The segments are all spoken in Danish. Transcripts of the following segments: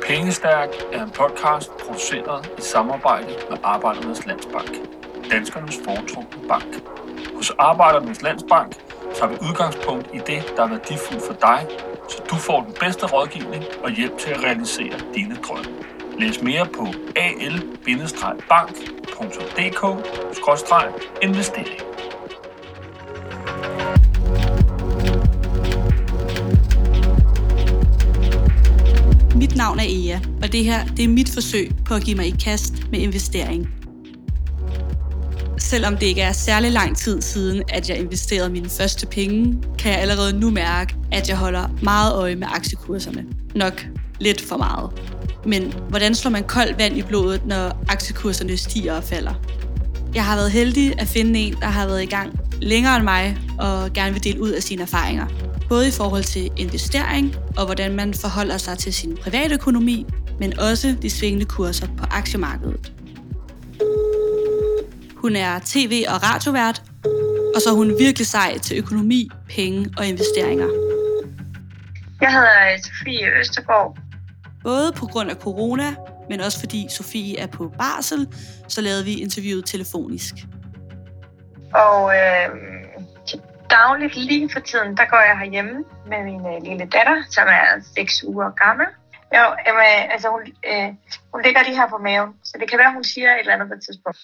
Pengestærk er en podcast produceret i samarbejde med Arbejdernes Landsbank, danskernes foretrukne bank. Hos Arbejdernes Landsbank tager vi udgangspunkt i det, der er værdifuldt for dig, så du får den bedste rådgivning og hjælp til at realisere dine drømme. Læs mere på al-bank.dk/investering. Mit navn er Ea, og det her er mit forsøg på at give mig i kast med investering. Selvom det ikke er særlig lang tid siden, at jeg investerede mine første penge, kan jeg allerede nu mærke, at jeg holder meget øje med aktiekurserne. Nok lidt for meget. Men hvordan slår man koldt vand i blodet, når aktiekurserne stiger og falder? Jeg har været heldig at finde en, der har været i gang længere end mig og gerne vil dele ud af sine erfaringer. Både i forhold til investering og hvordan man forholder sig til sin private økonomi, men også de svingende kurser på aktiemarkedet. Hun er tv- og radiovært, og så er hun virkelig sej til økonomi, penge og investeringer. Jeg hedder Sofie Østergaard. Både på grund af corona, men også fordi Sofie er på barsel, så lavede vi interviewet telefonisk. Og dagligt lige for tiden, der går jeg herhjemme med min lille datter, som er 6 uger gammel. Hun ligger lige her på maven, så det kan være, hun siger et eller andet på et tidspunkt.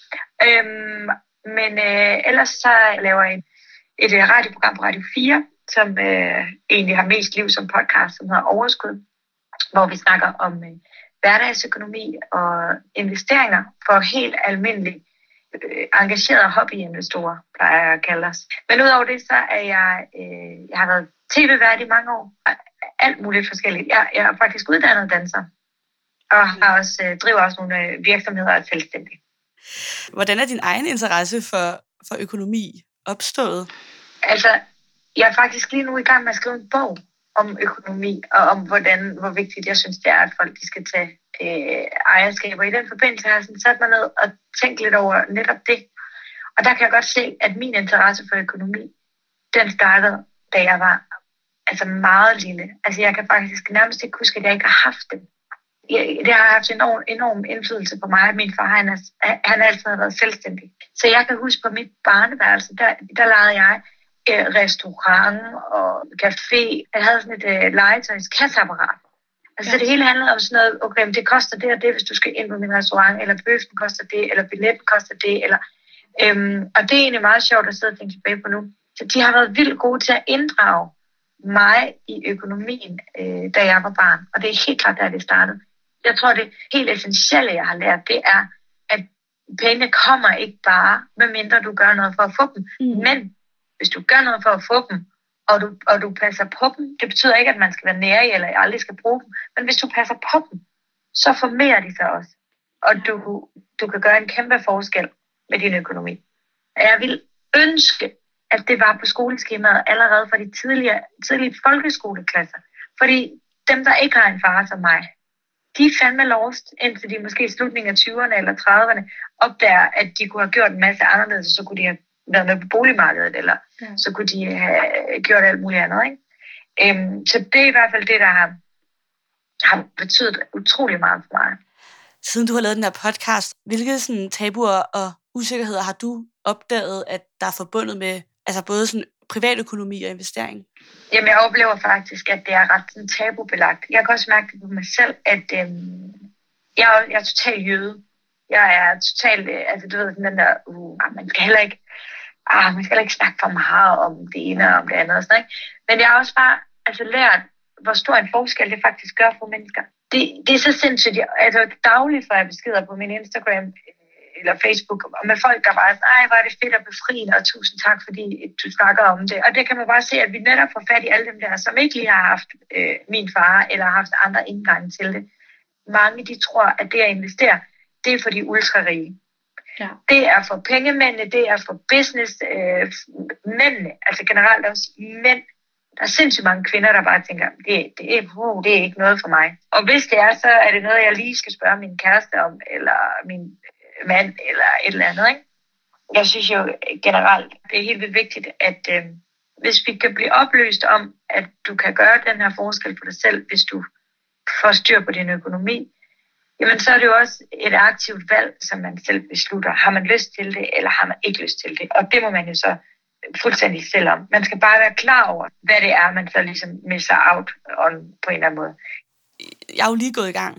Men ellers så laver jeg et radioprogram på Radio 4, som egentlig har mest liv som podcast, som hedder Overskud, hvor vi snakker om hverdagsøkonomi og investeringer for helt almindelige engagerede hobbyinvestorer, plejer jeg at kalde os. Men udover det, så er jeg har været tv-vært i mange år. Alt muligt forskelligt. Jeg er faktisk uddannet danser, og har også, driver også nogle virksomheder og selvstændig. Hvordan er din egen interesse for økonomi opstået? Altså, jeg er faktisk lige nu i gang med at skrive en bog om økonomi, og om hvor vigtigt jeg synes, det er, at folk de skal tage ejerskaber. I den forbindelse har jeg sådan sat mig ned og tænkt lidt over netop det. Og der kan jeg godt se, at min interesse for økonomi, den startede, da jeg var meget lille. Altså jeg kan faktisk nærmest ikke huske, at jeg ikke har haft det. Det har haft en enorm indflydelse på mig, at min far han altid har været selvstændig. Så jeg kan huske på mit barneværelse, der legede jeg restaurant og café. Jeg havde sådan et legetøjs kasseapparat. Altså det hele handlede om sådan noget, okay, det koster det og det, hvis du skal ind på min restaurant, eller bøffen koster det, eller billetten koster det, eller og det er egentlig meget sjovt at sidde og tænke tilbage på nu. Så de har været vildt gode til at inddrage mig i økonomien, da jeg var barn. Og det er helt klart, der det startede. Jeg tror, det helt essentielle, jeg har lært, det er, at pengene kommer ikke bare, medmindre du gør noget for at få dem. Men hvis du gør noget for at få dem, og du passer på dem, det betyder ikke, at man skal være nærig eller aldrig skal bruge dem, men hvis du passer på dem, så formerer de sig også. Og du kan gøre en kæmpe forskel med din økonomi. Jeg vil ønske, at det var på skoleskemaet allerede fra de tidlige folkeskoleklasser. Fordi dem, der ikke har en far som mig, de er fandme lost, indtil de måske i slutningen af 20'erne eller 30'erne opdager, at de kunne have gjort en masse anderledes, så kunne de have været med på boligmarkedet, eller så kunne de have gjort alt muligt andet. Ikke? Så det er i hvert fald det, der har betydet utrolig meget for mig. Siden du har lavet den her podcast, hvilke sådan tabuer og usikkerheder har du opdaget, at der er forbundet med både sådan privatøkonomi og investering? Jamen, jeg oplever faktisk, at det er ret sådan tabubelagt. Jeg kan også mærke det på mig selv, at jeg er totalt jøde. Jeg er totalt, du ved, den der, man skal heller ikke snakke for meget om det ene og om det andet. Og sådan, ikke? Men jeg har også bare lært, hvor stor en forskel det faktisk gør for mennesker. Det er så sindssygt. Dagligt får jeg beskeder på min Instagram eller Facebook, og med folk, der bare er sådan, hvor er det fedt og befriende, og tusind tak, fordi du snakker om det. Og det kan man bare se, at vi netop får fat i alle dem der, som ikke lige har haft min far, eller har haft andre indgange til det. Mange, de tror, at det at investere, det er for de ultrarige. Ja. Det er for pengemændene, det er for businessmændene, altså generelt også mænd. Der er sindssygt mange kvinder, der bare tænker, det er ikke noget for mig. Og hvis det er, så er det noget, jeg lige skal spørge min kæreste om, eller min mand, eller et eller andet. Ikke? Jeg synes jo generelt, det er helt vildt vigtigt, at hvis vi kan blive oplyst om, at du kan gøre den her forskel for dig selv, hvis du får styr på din økonomi, jamen så er det jo også et aktivt valg, som man selv beslutter. Har man lyst til det, eller har man ikke lyst til det? Og det må man jo så fuldstændig selv om. Man skal bare være klar over, hvad det er, man så ligesom misser out on på en eller anden måde. Jeg er jo lige gået i gang.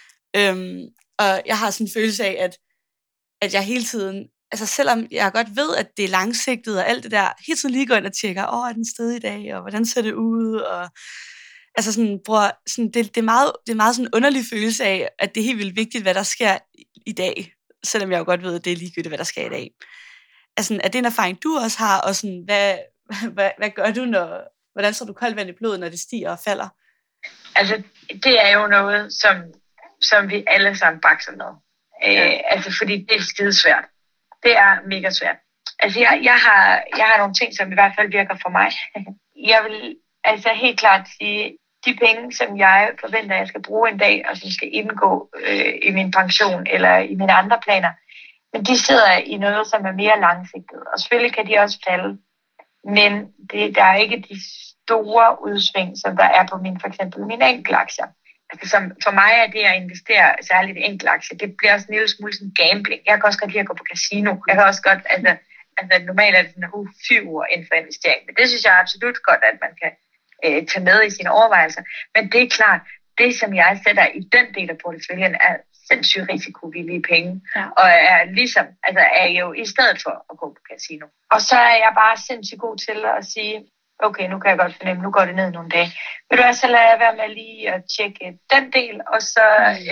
Og jeg har sådan en følelse af, at jeg hele tiden, altså selvom jeg godt ved, at det er langsigtet og alt det der, hele tiden lige går ind og tjekker, er den sted i dag, og hvordan ser det ud, og altså sådan, det er meget sådan en underlig følelse af, at det er helt vildt vigtigt, hvad der sker i dag, selvom jeg jo godt ved, at det er ligegyldigt, hvad der sker i dag. Altså, er det en erfaring, du også har, og sådan, hvad gør du, hvordan så du koldt vand i blodet, når det stiger og falder? Altså, det er jo noget, som vi alle sammen bakser med. Altså, fordi det er skidesvært. Det er mega svært. Altså, jeg har nogle ting, som i hvert fald virker for mig. Jeg vil altså helt klart sige, de penge, som jeg forventer, jeg skal bruge en dag, og som skal indgå i min pension eller i mine andre planer, men de sidder i noget, som er mere langsigtet. Og selvfølgelig kan de også falde, men der er ikke de store udsving, som der er på for eksempel mine enkeltaktier. Altså, som for mig er det at investere særligt i enkeltaktier, det bliver også en lille smule sådan gambling. Jeg kan også godt lide at gå på casino. Jeg kan også godt, altså normalt er det sådan 4 uger inden for investering, men det synes jeg absolut godt, at man kan tage med i sine overvejelser. Men det er klart, det som jeg sætter i den del af porteføljen er sindssygt risikovillige penge, og er jo i stedet for at gå på casino. Og så er jeg bare sindssygt god til at sige, okay, nu kan jeg godt fornemme, nu går det ned nogle dage. Vil du så lade jeg være med lige at tjekke den del, og så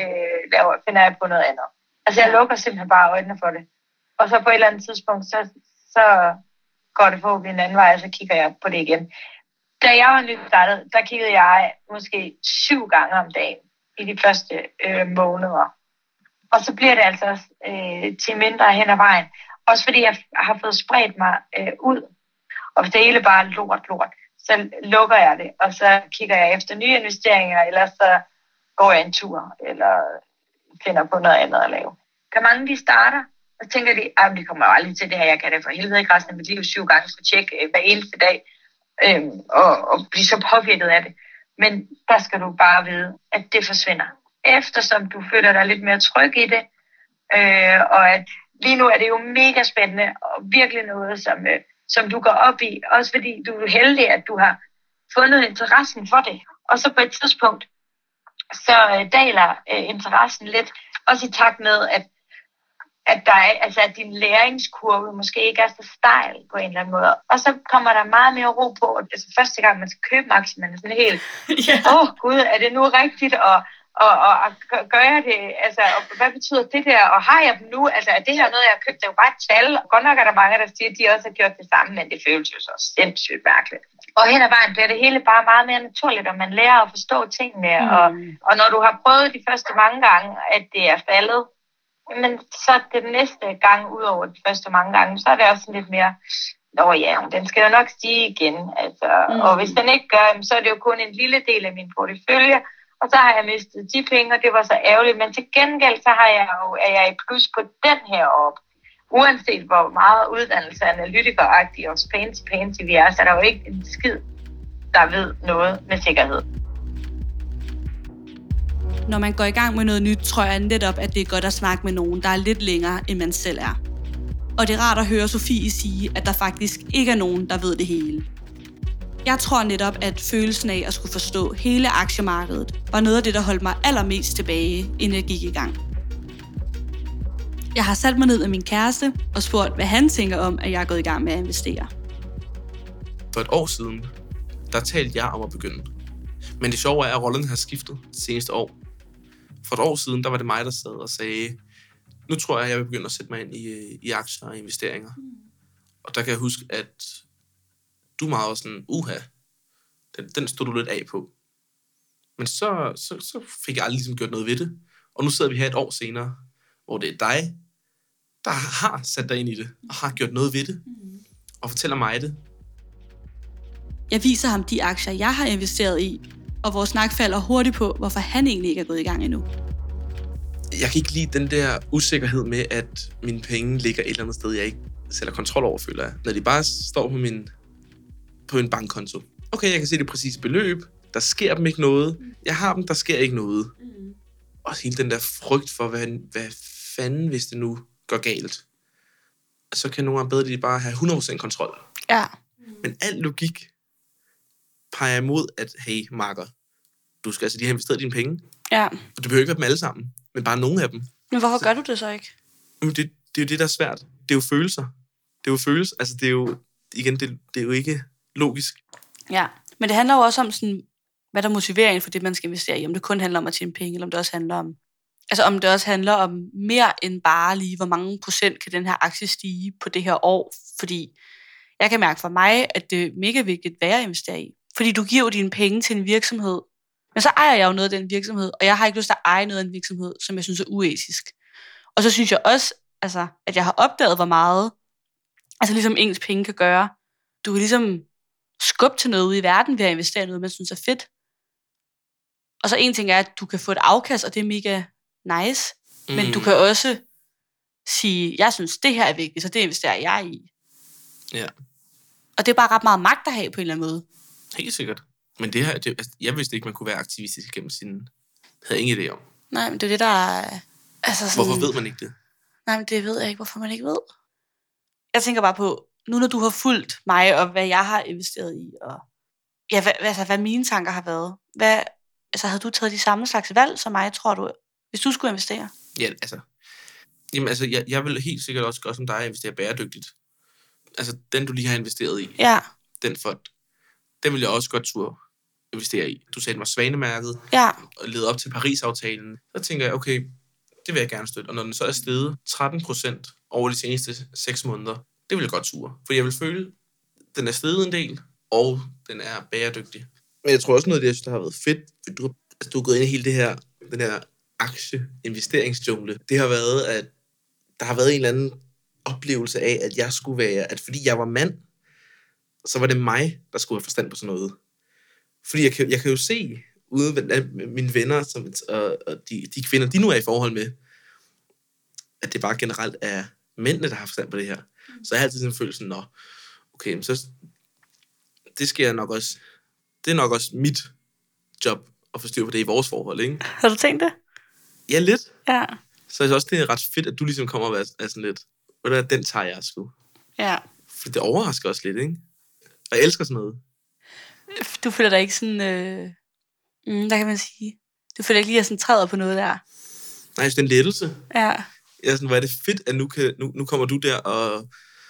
finder jeg på noget andet. Altså jeg lukker simpelthen bare øjnene for det. Og så på et eller andet tidspunkt, så går det forhåbentlig en anden vej, og så kigger jeg på det igen. Da jeg var nystartet, der kiggede jeg måske 7 gange om dagen i de første måneder. Og så bliver det altså også til mindre hen ad vejen. Også fordi jeg har fået spredt mig ud. Og hvis det hele bare er lort, så lukker jeg det. Og så kigger jeg efter nye investeringer, eller så går jeg en tur, eller finder på noget andet at lave. Kan mange de starter, og tænker de kommer jo aldrig til det her, jeg kan det for helvede ikke resten af mit liv 7 gange, så tjekke hver eneste dag. Og blive så påvirket af det. Men der skal du bare vide, at det forsvinder. Eftersom du føler dig lidt mere tryg i det, og at lige nu er det jo mega spændende, og virkelig noget, som du går op i, også fordi du er heldig, at du har fundet interessen for det. Og så på et tidspunkt, så daler interessen lidt, også i takt med, at at din læringskurve måske ikke er så stejl på en eller anden måde. Og så kommer der meget mere ro på, altså første gang man skal købe en aktie, man er sådan helt, gud, er det nu rigtigt, og gør jeg det, altså, og hvad betyder det der, og har jeg dem nu, altså er det her noget, jeg har købt, det er jo bare et tal, og godt nok er der mange, der siger, at de også har gjort det samme, men det føles jo så sindssygt mærkeligt. Og hen ad vejen bliver det hele bare meget mere naturligt, og man lærer at forstå tingene, og når du har prøvet de første mange gange, at det er faldet, men så det næste gang, ud over de første mange gange, så er det også lidt mere, den skal jo nok stige igen. Altså, og hvis den ikke gør, så er det jo kun en lille del af min portefølje, og så har jeg mistet de penge, og det var så ærgerligt. Men til gengæld, så er jeg i plus på den her op. Uanset hvor meget uddannelse analytikeragtig og fancy vi er, så er der jo ikke en skid, der ved noget med sikkerhed. Når man går i gang med noget nyt, tror jeg netop, at det er godt at snakke med nogen, der er lidt længere, end man selv er. Og det er rart at høre Sofie sige, at der faktisk ikke er nogen, der ved det hele. Jeg tror netop, at følelsen af at skulle forstå hele aktiemarkedet var noget af det, der holdt mig allermest tilbage, inden jeg gik i gang. Jeg har sat mig ned med min kæreste og spurgt, hvad han tænker om, at jeg er gået i gang med at investere. For et år siden, der talte jeg om at begynde. Men det sjove er, at rollen har skiftet det seneste år. For et år siden, der var det mig, der sad og sagde, nu tror jeg vil begynde at sætte mig ind i aktier og investeringer. Og der kan jeg huske, at du meget var sådan, den stod du lidt af på. Men så fik jeg aldrig ligesom gjort noget ved det. Og nu sidder vi her et år senere, hvor det er dig, der har sat dig ind i det, og har gjort noget ved det, og fortæller mig det. Jeg viser ham de aktier, jeg har investeret i, og vores snak falder hurtigt på, hvorfor han egentlig ikke er gået i gang endnu. Jeg kan ikke lide den der usikkerhed med, at mine penge ligger et eller andet sted, jeg ikke selv har kontrol over, føler jeg. Når de bare står på min bankkonto. Okay, jeg kan se det præcise beløb, Der sker dem ikke noget. Jeg har dem, der sker ikke noget. Og hele den der frygt for, hvad fanden, hvis det nu går galt. Så kan nogle gange bedre de bare have 100% kontrol. Ja. Men al logik peger imod, at hey, Marker, du skal altså lige have investeret dine penge. Ja. Og det behøver ikke være dem alle sammen, men bare nogle af dem. Men hvorfor gør du det så ikke? Men det er jo det, der er svært. Det er jo følelser. Det er jo følelser. Altså, det er jo, igen, det er jo ikke logisk. Ja, men det handler jo også om, sådan, hvad der motiverer en for det, man skal investere i. Om det kun handler om at tjene penge, eller om det også handler om... Altså, om det også handler om mere end bare lige, hvor mange procent kan den her aktie stige på det her år. Fordi jeg kan mærke for mig, at det er mega vigtigt, hvad jeg investerer i. Fordi du giver jo dine penge til en virksomhed. Men så ejer jeg jo noget af den virksomhed, og jeg har ikke lyst til at eje noget af en virksomhed, som jeg synes er uetisk. Og så synes jeg også, altså, at jeg har opdaget, hvor meget altså ligesom ens penge kan gøre. Du kan ligesom skubbe til noget ude i verden ved at investere i noget, man synes er fedt. Og så en ting er, at du kan få et afkast, og det er mega nice. Men du kan også sige, jeg synes, det her er vigtigt, så det investerer jeg i. Ja. Og det er bare ret meget magt at have på en eller anden måde. Helt sikkert. Men det her, altså, jeg vidste ikke, man kunne være aktivistisk gennem sin... Havde ingen idé om. Nej, men det er det, der er... Altså sådan, hvorfor ved man ikke det? Nej, men det ved jeg ikke, hvorfor man ikke ved. Jeg tænker bare på, nu når du har fulgt mig, og hvad jeg har investeret i, og ja, hvad mine tanker har været. Altså, havde du taget de samme slags valg som mig, tror du, hvis du skulle investere? Ja, altså... Jamen, altså, jeg vil helt sikkert også gøre som dig, at investere bæredygtigt. Altså, den du lige har investeret i. Ja. Den fond. Den vil jeg også godt turde investere i. Du sagde, den var svanemærket. Ja. Og lede op til Paris-aftalen. Så tænker jeg, okay, det vil jeg gerne støtte. Og når den så er steget 13% over de seneste 6 måneder, det vil jeg godt ture. For jeg vil føle, den er steget en del, og den er bæredygtig. Men jeg tror også noget af det, jeg synes, der har været fedt, for du har gået ind i hele det her, den her aktieinvesteringsjungle. Det har været, at der har været en eller anden oplevelse af, at jeg skulle være, at fordi jeg var mand, så var det mig, der skulle have forstand på sådan noget. Fordi jeg kan jo se, ude af mine venner, og de kvinder, de nu er i forhold med, at det bare generelt er mændene, der har forstand på det her. Så jeg har altid sådan en følelse, nå, okay, så det skal jeg nok også, det er nok også mit job at få styr på det i vores forhold, ikke? Har du tænkt det? Ja, lidt. Ja. Så jeg synes også, det er ret fedt, at du ligesom kommer og er sådan lidt, hvordan den tager jeg sgu. Ja. For det overrasker også lidt, ikke? Og jeg elsker sådan noget. Du føler dig ikke sådan, hvad kan man sige? Du føler ikke lige, at sådan træder på noget der? Nej, jeg synes, det er en lettelse. Ja. Jeg er sådan, hvor er det fedt, at nu kommer du der og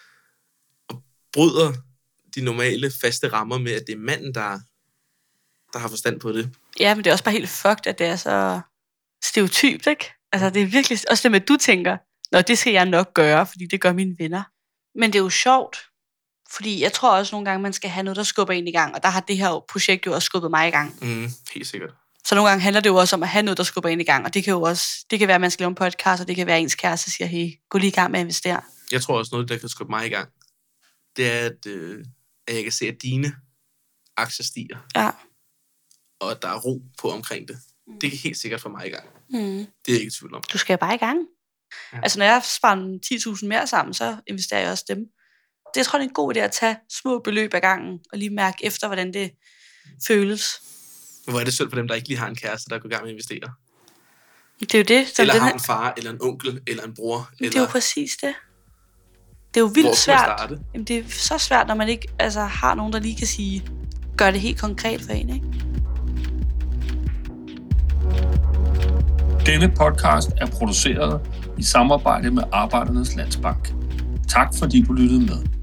bryder de normale faste rammer med, at det er manden, der har forstand på det. Ja, men det er også bare helt fucked, at det er så stereotypt, ikke? Altså, det er virkelig også det med, at du tænker, nå, det skal jeg nok gøre, fordi det gør mine venner. Men det er jo sjovt, fordi jeg tror også nogle gange, man skal have noget, der skubber en i gang, og der har det her projekt jo også skubbet mig i gang. Helt sikkert. Så nogle gange handler det jo også om at have noget, der skubber en i gang, og det kan jo også, det kan være, at man skal lave en podcast, og det kan være, at ens kæreste siger, hey, gå lige i gang med at investere. Jeg tror også noget, der kan skubbe mig i gang, det er, at jeg kan se, at dine aktier stiger. Ja. Og at der er ro på omkring det. Det kan helt sikkert få mig i gang. Det er jeg ikke i tvivl om. Du skal bare i gang. Ja. Altså, når jeg sparer 10.000 mere sammen, så investerer jeg også dem. Det jeg tror, det er en god idé at tage små beløb ad gangen, og lige mærke efter, hvordan det føles. Hvor er det synd for dem, der ikke lige har en kæreste, der går i gang med at investere? Det er jo det. Eller har en far, eller en onkel, eller en bror. Det er jo præcis det. Det er jo vildt svært. Jamen, det er så svært, når man ikke har nogen, der lige kan sige, gør det helt konkret for en, ikke? Denne podcast er produceret i samarbejde med Arbejdernes Landsbank. Tak fordi du lyttede med.